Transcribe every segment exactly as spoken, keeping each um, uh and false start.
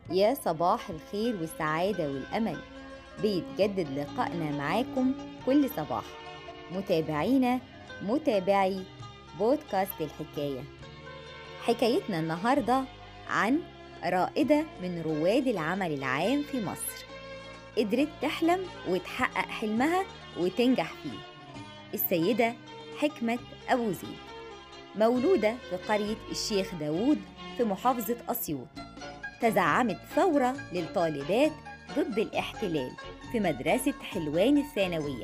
يا صباح الخير والسعادة والأمل، بيتجدد لقائنا معاكم كل صباح متابعينا متابعي بودكاست الحكاية. حكايتنا النهاردة عن رائدة من رواد العمل العام في مصر، قدرت تحلم وتحقق حلمها وتنجح فيه. السيدة حكمة أبو زيد، مولودة في قرية الشيخ داود في محافظة أسيوط. تزعمت ثورة للطالبات ضد الاحتلال في مدرسة حلوان الثانوية،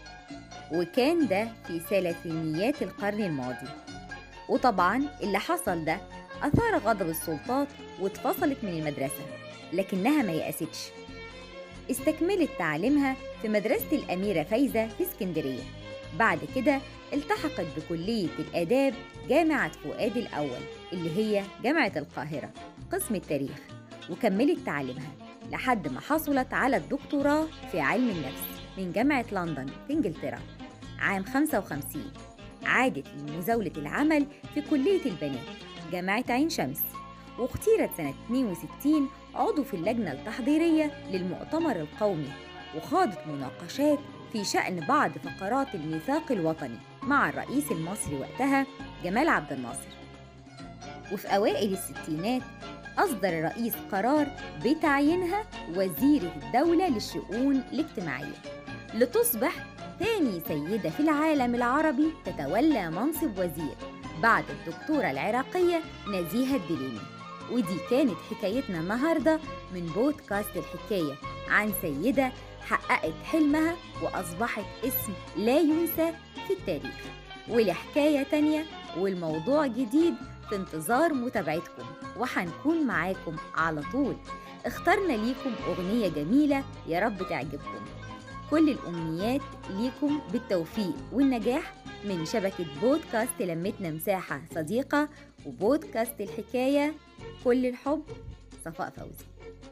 وكان ده في ثلاثينيات القرن الماضي. وطبعا اللي حصل ده أثار غضب السلطات واتفصلت من المدرسة، لكنها ما يأستش. استكملت تعليمها في مدرسة الأميرة فايزة في اسكندرية. بعد كده التحقت بكلية الآداب جامعة فؤاد الأول اللي هي جامعة القاهرة قسم التاريخ، وكملت تعليمها لحد ما حصلت على الدكتوراه في علم النفس من جامعة لندن في إنجلترا. عام خمسة وخمسين عادت لمزاولة العمل في كلية البنات جامعة عين شمس، واختيرت سنة اثنين وستين عضو في اللجنة التحضيرية للمؤتمر القومي، وخاضت مناقشات في شأن بعض فقرات الميثاق الوطني مع الرئيس المصري وقتها جمال عبد الناصر. وفي أوائل الستينات أصدر الرئيس قرار بتعيينها وزيرة الدولة للشؤون الاجتماعية، لتصبح ثاني سيدة في العالم العربي تتولى منصب وزير بعد الدكتورة العراقية نزيهة الدليمي. ودي كانت حكايتنا النهاردة من بودكاست الحكاية عن سيدة حققت حلمها وأصبحت اسم لا ينسى في التاريخ. ولحكاية تانية والموضوع جديد في انتظار متابعتكم، وحنكون معاكم على طول. اخترنا ليكم أغنية جميلة يا رب تعجبكم. كل الأمنيات ليكم بالتوفيق والنجاح من شبكة بودكاست لمتنا مساحة صديقة وبودكاست الحكاية. كل الحب، صفاء فوزي.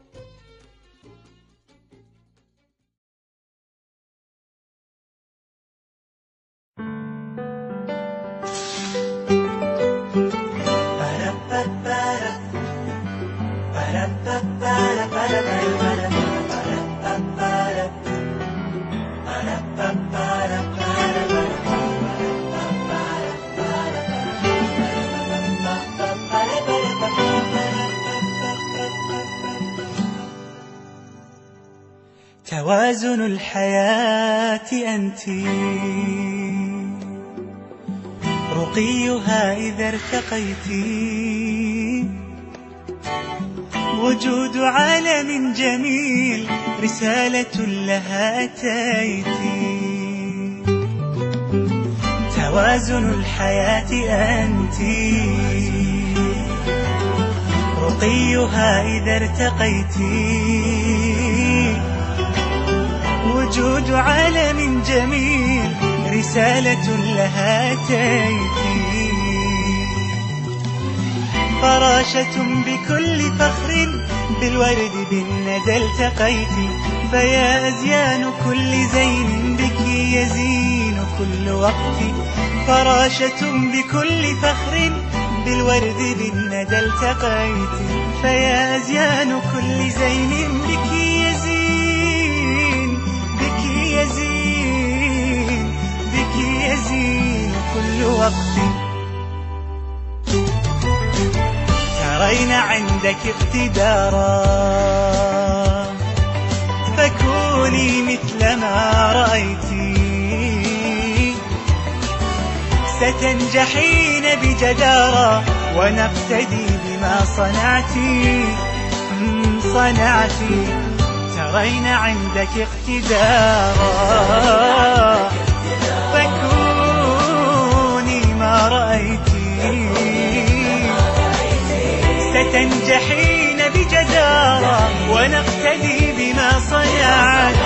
توازن الحياة أنت، رقيها إذا ارتقيت، وجود عالم جميل رسالة لها أتيت. توازن الحياة أنت، رقيها إذا ارتقيت، وجود عالم جميل رسالة لها أتيت. فراشة بكل فخر بالورد بالندى التقيت، فيا أزيان كل زين بك يزين كل وقت. فراشة بكل فخر بالورد بالندى التقيت، فيا أزيان كل زين بك يزين بك يزين بك يزين كل وقت. ترين عندك اقتدارا فكوني مثل ما رأيت، ستنجحين بجدارة ونقتدي بما صنعت صنعت. ترين عندك اقتدارا فكوني ما رأيت، ستنجحين بجدارة ونقتدي بما صنعت.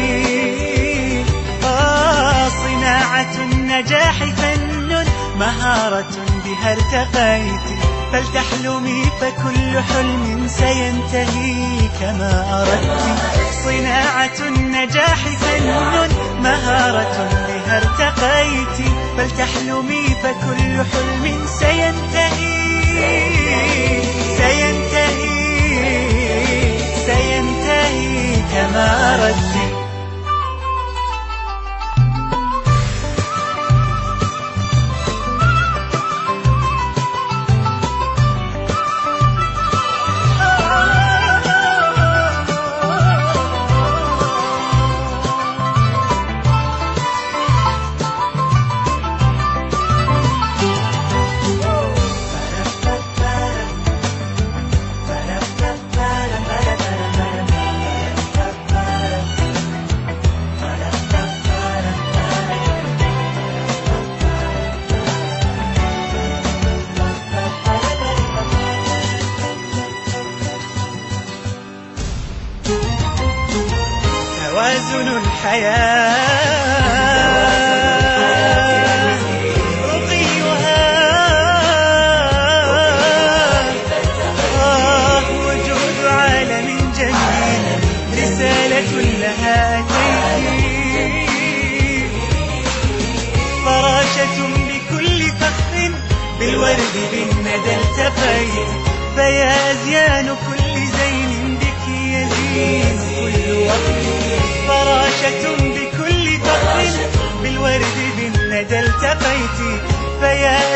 آه صناعة النجاح فن، مهارة بها ارتقيت. فلتحلمي فكل حلم سينتهي كما أردت. صناعة النجاح فن، مهارة بها ارتقيت. فلتحلمي فكل حلم سينتهي سينتهي تردي. توازن الحياة رقيها آه وجود عالم جميل رسالة لها أتيت فراشة بكل فخر بالورد بالندى التقيت فيا أزيان كل زين بك يزين كل وقت فراشة بكل فخر بالورد بالندى التقيت فيا